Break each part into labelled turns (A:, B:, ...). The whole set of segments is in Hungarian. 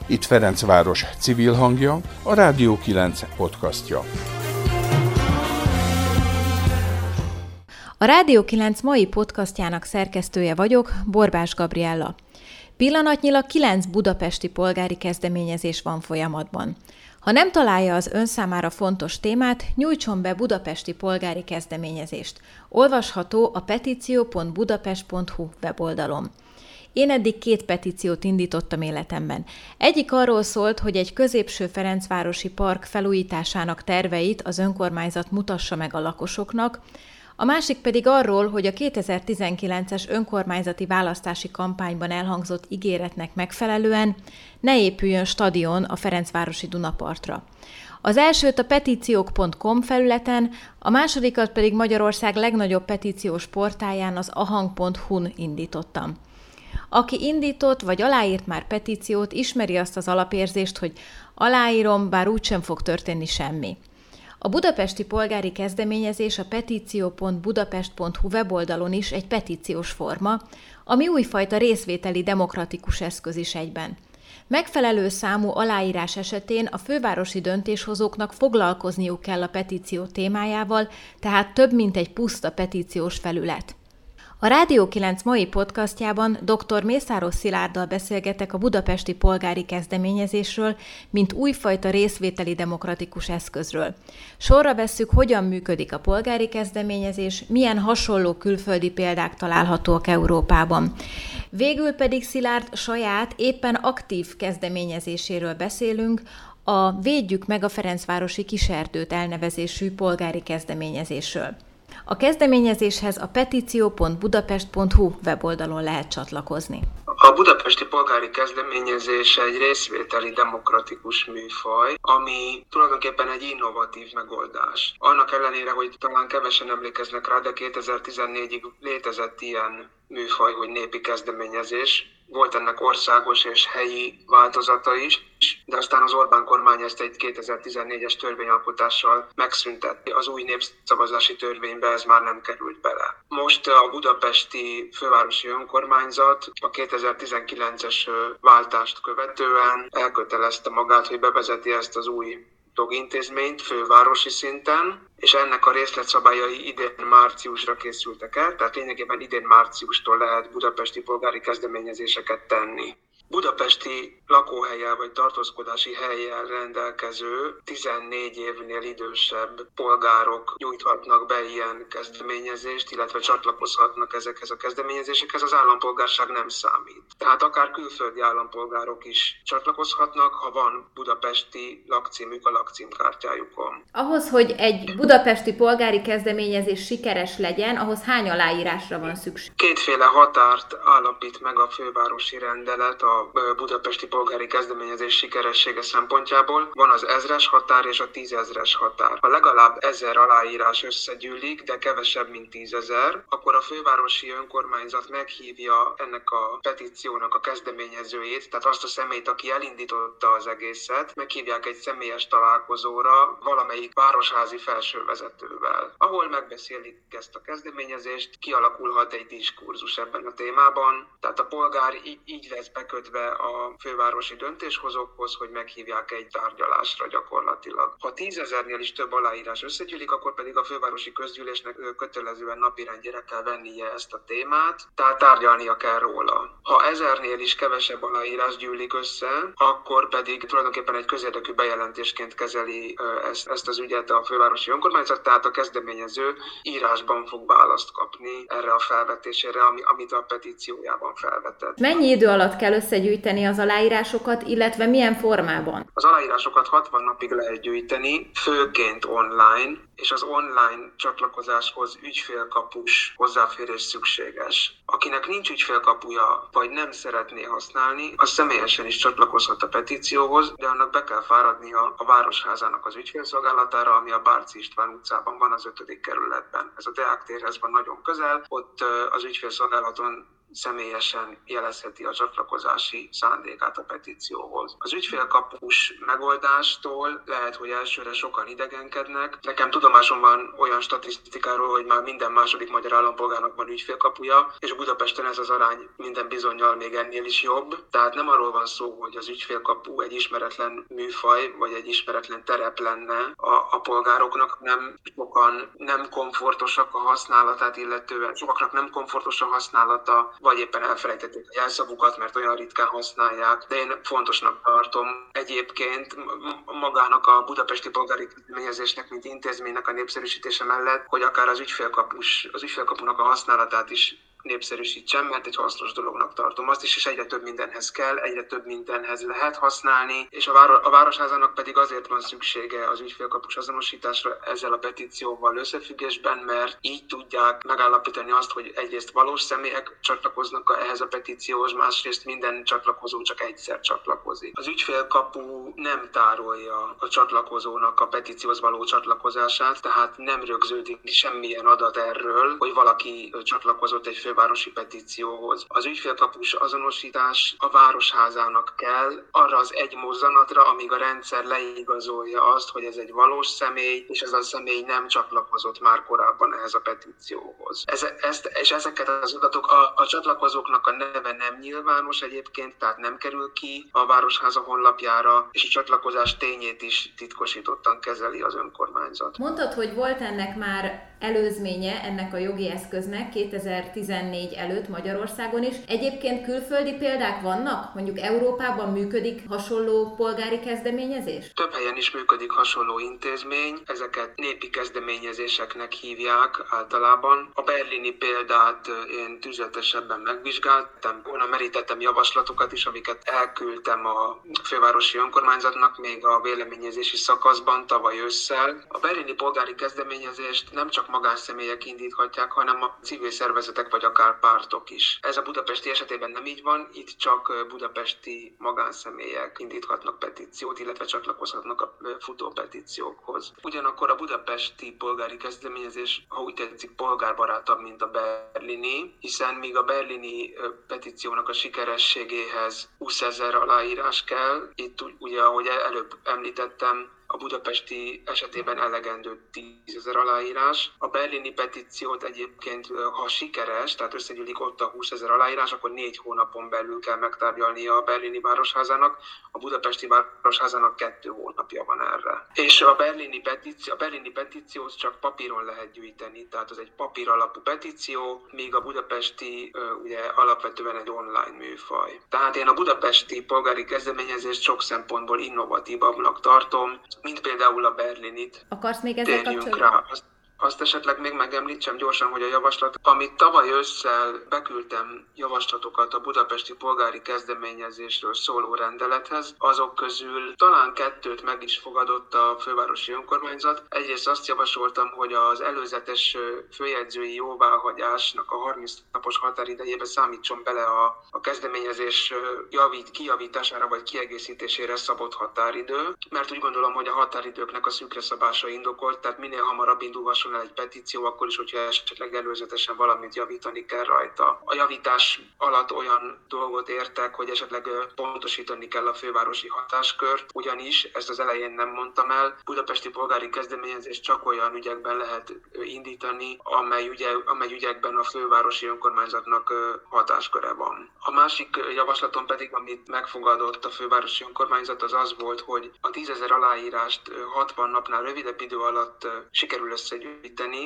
A: Itt Ferencváros civil hangja, a Rádió 9 podcastja.
B: A Rádió 9 mai podcastjának szerkesztője vagyok, Borbás Gabriella. Pillanatnyilag 9 budapesti polgári kezdeményezés van folyamatban. Ha nem találja az ön számára fontos témát, nyújtson be budapesti polgári kezdeményezést. Olvasható a petíció.budapest.hu weboldalon. Én eddig 2 petíciót indítottam életemben. Egyik arról szólt, hogy egy középső ferencvárosi park felújításának terveit az önkormányzat mutassa meg a lakosoknak, a másik pedig arról, hogy a 2019-es önkormányzati választási kampányban elhangzott ígéretnek megfelelően ne épüljön stadion a ferencvárosi Dunapartra. Az elsőt a petíciók.com felületen, a másodikat pedig Magyarország legnagyobb petíciós portáján, az ahang.hu-n indítottam. Aki indított vagy aláírt már petíciót, ismeri azt az alapérzést, hogy aláírom, bár úgysem fog történni semmi. A budapesti polgári kezdeményezés a petíció.budapest.hu weboldalon is egy petíciós forma, ami újfajta részvételi demokratikus eszköz is egyben. Megfelelő számú aláírás esetén a fővárosi döntéshozóknak foglalkozniuk kell a petíció témájával, tehát több mint egy puszta petíciós felület. A Rádió 9 mai podcastjában dr. Mészáros Szilárddal beszélgetek a budapesti polgári kezdeményezésről, mint újfajta részvételi demokratikus eszközről. Sorra vesszük, hogyan működik a polgári kezdeményezés, milyen hasonló külföldi példák találhatóak Európában. Végül pedig Szilárd saját, éppen aktív kezdeményezéséről beszélünk, a Védjük meg a Ferencvárosi Kiserdőt elnevezésű polgári kezdeményezésről. A kezdeményezéshez a petíció.budapest.hu weboldalon lehet csatlakozni.
C: A budapesti polgári kezdeményezés egy részvételi demokratikus műfaj, ami tulajdonképpen egy innovatív megoldás. Annak ellenére, hogy talán kevesen emlékeznek rá, de 2014-ig létezett ilyen műfaj, hogy népi kezdeményezés. Volt ennek országos és helyi változata is, de aztán az Orbán kormány ezt egy 2014-es törvényalkotással megszüntette. Az új népszavazási törvénybe ez már nem került bele. Most a budapesti fővárosi önkormányzat a 2019-es váltást követően elkötelezte magát, hogy bevezeti ezt az új jogintézményt fővárosi szinten, és ennek a részletszabályai idén márciusra készültek el, tehát lényegében idén márciustól lehet budapesti polgári kezdeményezéseket tenni. Budapesti lakóhellyel vagy tartózkodási hellyel rendelkező 14 évnél idősebb polgárok nyújthatnak be ilyen kezdeményezést, illetve csatlakozhatnak ezekhez a kezdeményezésekhez, az állampolgárság nem számít. Tehát akár külföldi állampolgárok is csatlakozhatnak, ha van budapesti lakcímük a lakcímkártyájukon.
B: Ahhoz, hogy egy budapesti polgári kezdeményezés sikeres legyen, ahhoz hány aláírásra van szükség?
C: 2 határt állapít meg a fővárosi rendelet a budapesti polgári kezdeményezés sikeressége szempontjából. Van az 1000-es határ és a 10 000-es határ. Ha legalább 1000 aláírás összegyűlik, de kevesebb, mint 10 000, akkor a fővárosi önkormányzat meghívja ennek a petíciónak a kezdeményezőjét, tehát azt a személyt, aki elindította az egészet, meghívják egy személyes találkozóra valamelyik városházi felsővezetővel, ahol megbeszélik ezt a kezdeményezést, kialakulhat egy diskurzus ebben a témában, tehát a polgár így lesz bekötve a fővárosi döntéshozókhoz, hogy meghívják egy tárgyalásra gyakorlatilag. Ha 10 000-nél is több aláírás összegyűlik, akkor pedig a fővárosi közgyűlésnek kötelezően napirendjére kell vennie ezt a témát, tehát tárgyalnia kell róla. Ha 1000-nél is kevesebb aláírás gyűlik össze, akkor pedig tulajdonképpen egy közérdekű bejelentésként kezeli ezt az ügyet a fővárosi önkormányzat, tehát a kezdeményező írásban fog választ kapni erre a felvetésére, amit a petíciójában felvetett.
B: Mennyi idő alatt kell összegyűjteni az aláírásokat, illetve milyen formában?
C: Az aláírásokat 60 napig lehet gyűjteni, főként online, és az online csatlakozáshoz ügyfélkapus hozzáférés szükséges. Akinek nincs ügyfélkapuja, vagy nem szeretné használni, az személyesen is csatlakozhat a petícióhoz, de annak be kell fáradnia a Városházának az ügyfélszolgálatára, ami a Bárci István utcában van, az 5. kerületben. Ez a Deák térhez van nagyon közel, ott az ügyfélszolgálaton személyesen jelezheti a csatlakozási szándékát a petícióhoz. Az ügyfélkapus megoldástól lehet, hogy elsőre sokan idegenkednek. Nekem tudomásom van olyan statisztikáról, hogy már minden második magyar állampolgárnak van ügyfélkapuja, és Budapesten ez az arány minden bizonnyal még ennél is jobb. Tehát nem arról van szó, hogy az ügyfélkapu egy ismeretlen műfaj, vagy egy ismeretlen terep lenne a polgároknak, sokan nem komfortosak a használatát illetően, sokaknak nem komfortos a használata, vagy éppen elfelejtették a jelszavukat, mert olyan ritkán használják, de én fontosnak tartom egyébként magának a budapesti polgári kezdeményezésnek, mint intézménynek a népszerűsítése mellett, hogy akár az ügyfélkapunak a használatát is népszerűsítsem, mert egy hasznos dolognak tartom azt is, és egyre több mindenhez kell, egyre több mindenhez lehet használni, és a Városházának pedig azért van szüksége az ügyfélkapus azonosításra ezzel a petícióval összefüggésben, mert így tudják megállapítani azt, hogy egyrészt valós személyek csatlakoznak ehhez a petícióhoz, másrészt minden csatlakozó csak egyszer csatlakozik. Az ügyfélkapu nem tárolja a csatlakozónak a petícióhoz való csatlakozását, tehát nem rögződik semmilyen adat erről, hogy valaki csatlakozott egy fővárosi petícióhoz. Az ügyfélkapus azonosítás a Városházának kell arra az egy mozzanatra, amíg a rendszer leigazolja azt, hogy ez egy valós személy, és ez a személy nem csatlakozott már korábban ehhez a petícióhoz. És ezeket az adatok, a csatlakozóknak a neve nem nyilvános egyébként, tehát nem kerül ki a Városháza honlapjára, és a csatlakozás tényét is titkosítottan kezeli az önkormányzat.
B: Mondtad, hogy volt ennek már előzménye, ennek a jogi eszköznek 2014 előtt Magyarországon is. Egyébként külföldi példák vannak? Mondjuk Európában működik hasonló polgári kezdeményezés?
C: Több helyen is működik hasonló intézmény, ezeket népi kezdeményezéseknek hívják általában. A berlini példát én tüzetesebben megvizsgáltam, onnan merítettem javaslatokat is, amiket elküldtem a fővárosi önkormányzatnak még a véleményezési szakaszban tavaly ősszel. A berlini polgári kezdeményezést nem csak magánszemélyek indíthatják, hanem a civil szervezetek vagy akár pártok is. Ez a budapesti esetében nem így van, itt csak budapesti magánszemélyek indíthatnak petíciót, illetve csatlakozhatnak a futó petíciókhoz. Ugyanakkor a budapesti polgári kezdeményezés, ha úgy tetszik, polgárbarátabb, mint a berlini, hiszen míg a berlini petíciónak a sikerességéhez 20 000 aláírás kell, itt ugye, ahogy előbb említettem, a budapesti esetében elegendő 10 000 aláírás. A berlini petíciót egyébként, ha sikeres, tehát összegyűlik ott a 20 000 aláírás, akkor 4 hónapon belül kell megtárgyalnia a berlini Városházának, a budapesti Városházának 2 hónapja van erre. És a berlini petíciót csak papíron lehet gyűjteni, tehát az egy papír alapú petíció, míg a budapesti ugye alapvetően egy online műfaj. Tehát én a budapesti polgári kezdeményezést sok szempontból innovatívabbnak tartom, mint például a berlinit.
B: Akarsz még ezzel kapcsolatban?
C: Azt esetleg még megemlítsem gyorsan, hogy a javaslat, amit tavaly ősszel beküldtem javaslatokat a budapesti polgári kezdeményezésről szóló rendelethez, azok közül talán 2 meg is fogadott a fővárosi önkormányzat. Egyrészt azt javasoltam, hogy az előzetes főjegyzői jóváhagyásnak a 30 napos határidejébe számítson bele a kezdeményezés kijavítására vagy kiegészítésére szabott határidő, mert úgy gondolom, hogy a határidőknek a szűkre szabása indokolt, tehát minél hamarabb indulhasson el egy petíció, akkor is, hogyha esetleg előzetesen valamit javítani kell rajta. A javítás alatt olyan dolgot értek, hogy esetleg pontosítani kell a fővárosi hatáskört, ugyanis, ezt az elején nem mondtam el, budapesti polgári kezdeményezés csak olyan ügyekben lehet indítani, amely ügyekben a fővárosi önkormányzatnak hatásköre van. A másik javaslatom pedig, amit megfogadott a fővárosi önkormányzat, az az volt, hogy a 10 000 aláírást 60 napnál rövidebb idő alatt sikerül összegyűjteni,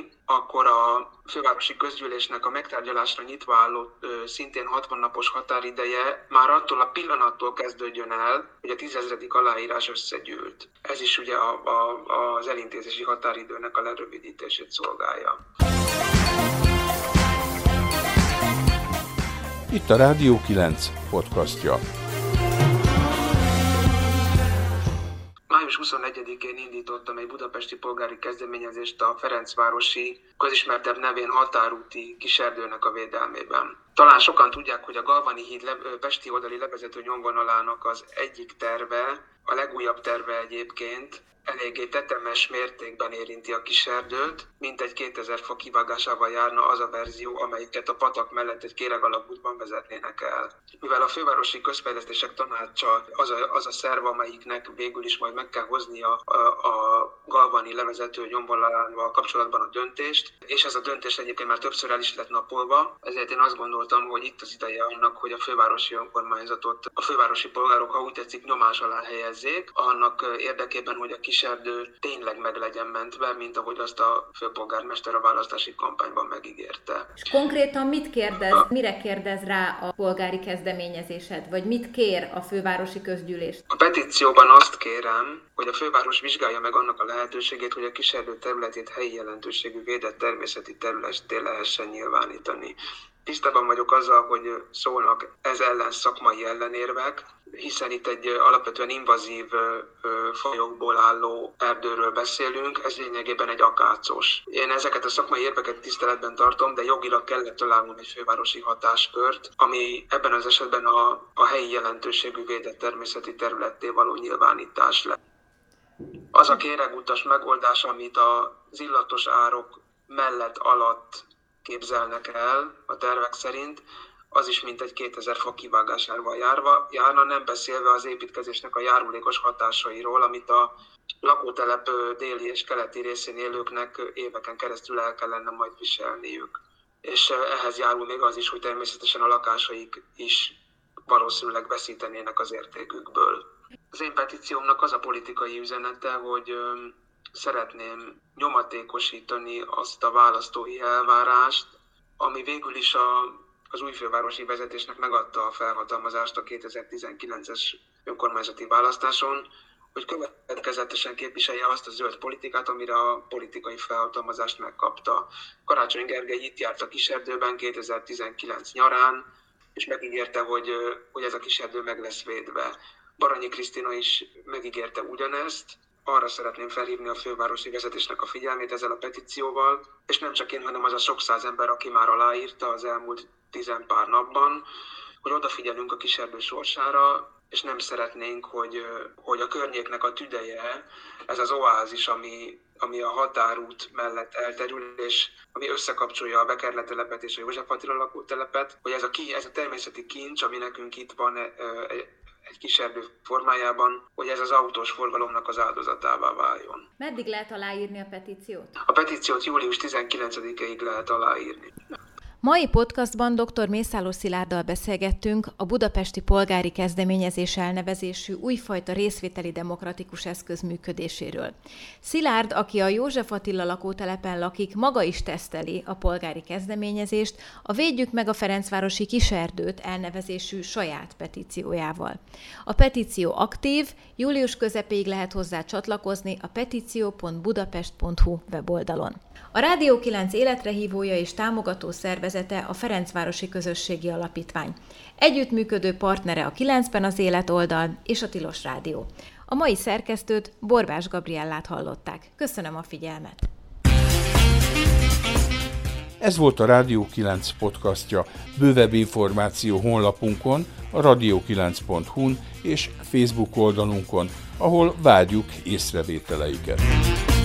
C: akkor a fővárosi közgyűlésnek a megtárgyalásra nyitva álló szintén 60 napos határideje már attól a pillanattól kezdődjön el, hogy a 10 000. aláírás összegyűlt. Ez is ugye az elintézési határidőnek a lerövidítését szolgálja.
A: Itt a Rádió 9 podcastja.
C: Május 21-én indítottam egy budapesti polgári kezdeményezést a Ferencvárosi, közismertebb nevén Határúti kiserdőnek a védelmében. Talán sokan tudják, hogy a Galvani híd pesti oldali levezető nyomvonalának az egyik terve, a legújabb terve egyébként, eléggé tetemes mértékben érinti a Kiserdőt, mintegy 2000 fa kivágásával járna az a verzió, amelyiket a patak mellett egy kéregalapútban vezetnének el. Mivel a Fővárosi Közfejlesztések Tanácsa az a szerv, amelyiknek végül is majd meg kell hoznia a Galvani levezető nyomvonalával kapcsolatban a döntést, és ez a döntés egyébként már többször el is lett napolva, ezért én azt gondoltam, hogy itt az ideje annak, hogy a fővárosi önkormányzatot a fővárosi polgárok, ha úgy tetszik, nyomás alá helyezzék, annak érdekében, hogy a Kiserdő tényleg meg legyen mentve, mint ahogy azt a főpolgármester a választási kampányban megígérte.
B: És konkrétan mit kérdez, mire kérdez rá a polgári kezdeményezésed, vagy mit kér a fővárosi közgyűlés?
C: A petícióban azt kérem, hogy a főváros vizsgálja meg annak a lehetőségét, hogy a Kiserdő területét helyi jelentőségű védett természeti területté lehessen nyilvánítani. Tisztában vagyok azzal, hogy szólnak ez ellen szakmai ellenérvek, hiszen itt egy alapvetően invazív fajokból álló erdőről beszélünk, ez lényegében egy akácos. Én ezeket a szakmai érveket tiszteletben tartom, de jogilag kellett találnunk egy fővárosi hatáskört, ami ebben az esetben a helyi jelentőségű védett természeti területté való nyilvánítás lesz. Az a kéregutas megoldás, amit az illatos árok mellett alatt képzelnek el a tervek szerint, az is mintegy 2000 fa kivágásával járna, nem beszélve az építkezésnek a járulékos hatásairól, amit a lakótelep déli és keleti részén élőknek éveken keresztül el kellene majd viselniük. És ehhez járul még az is, hogy természetesen a lakásaik is valószínűleg veszítenének az értékükből. Az én petíciómnak az a politikai üzenete, hogy szeretném nyomatékosítani azt a választói elvárást, ami végül is az új fővárosi vezetésnek megadta a felhatalmazást a 2019-es önkormányzati választáson, hogy következetesen képviselje azt a zöld politikát, amire a politikai felhatalmazást megkapta. Karácsony Gergely itt járt a Kiserdőben 2019 nyarán, és megígérte, hogy ez a Kiserdő meg lesz védve. Baranyi Krisztina is megígérte ugyanezt. Arra szeretném felhívni a fővárosi vezetésnek a figyelmét ezzel a petícióval, és nem csak én, hanem az a sok száz ember, aki már aláírta az elmúlt 10 pár napban, hogy odafigyelünk a Kiserdő sorsára, és nem szeretnénk, hogy a környéknek a tüdeje, ez az oázis, ami a határút mellett elterül, és ami összekapcsolja a Bekerletelepet és a József Attila lakótelepet, hogy ez a természeti kincs, ami nekünk itt van egy Kiserdő formájában, hogy ez az autós forgalomnak az áldozatává váljon.
B: Meddig lehet aláírni a petíciót?
C: A petíciót július 19-ig lehet aláírni.
B: Mai podcastban dr. Mészáros Szilárddal beszélgettünk a budapesti polgári kezdeményezés elnevezésű újfajta részvételi demokratikus eszköz működéséről. Szilárd, aki a József Attila lakótelepen lakik, maga is teszteli a polgári kezdeményezést a Védjük meg a Ferencvárosi Kiserdőt elnevezésű saját petíciójával. A petíció aktív, július közepéig lehet hozzá csatlakozni a petíció.budapest.hu weboldalon. A Rádió 9 életrehívója és támogató szervezete a Ferencvárosi Közösségi Alapítvány. Együttműködő partnere a 9-ben az Élet oldal és a Tilos Rádió. A mai szerkesztőt, Borbás Gabriellát hallották. Köszönöm a figyelmet!
A: Ez volt a Rádió 9 podcastja. Bővebb információ honlapunkon, a radio9.hu-n és Facebook oldalunkon, ahol várjuk észrevételeiket.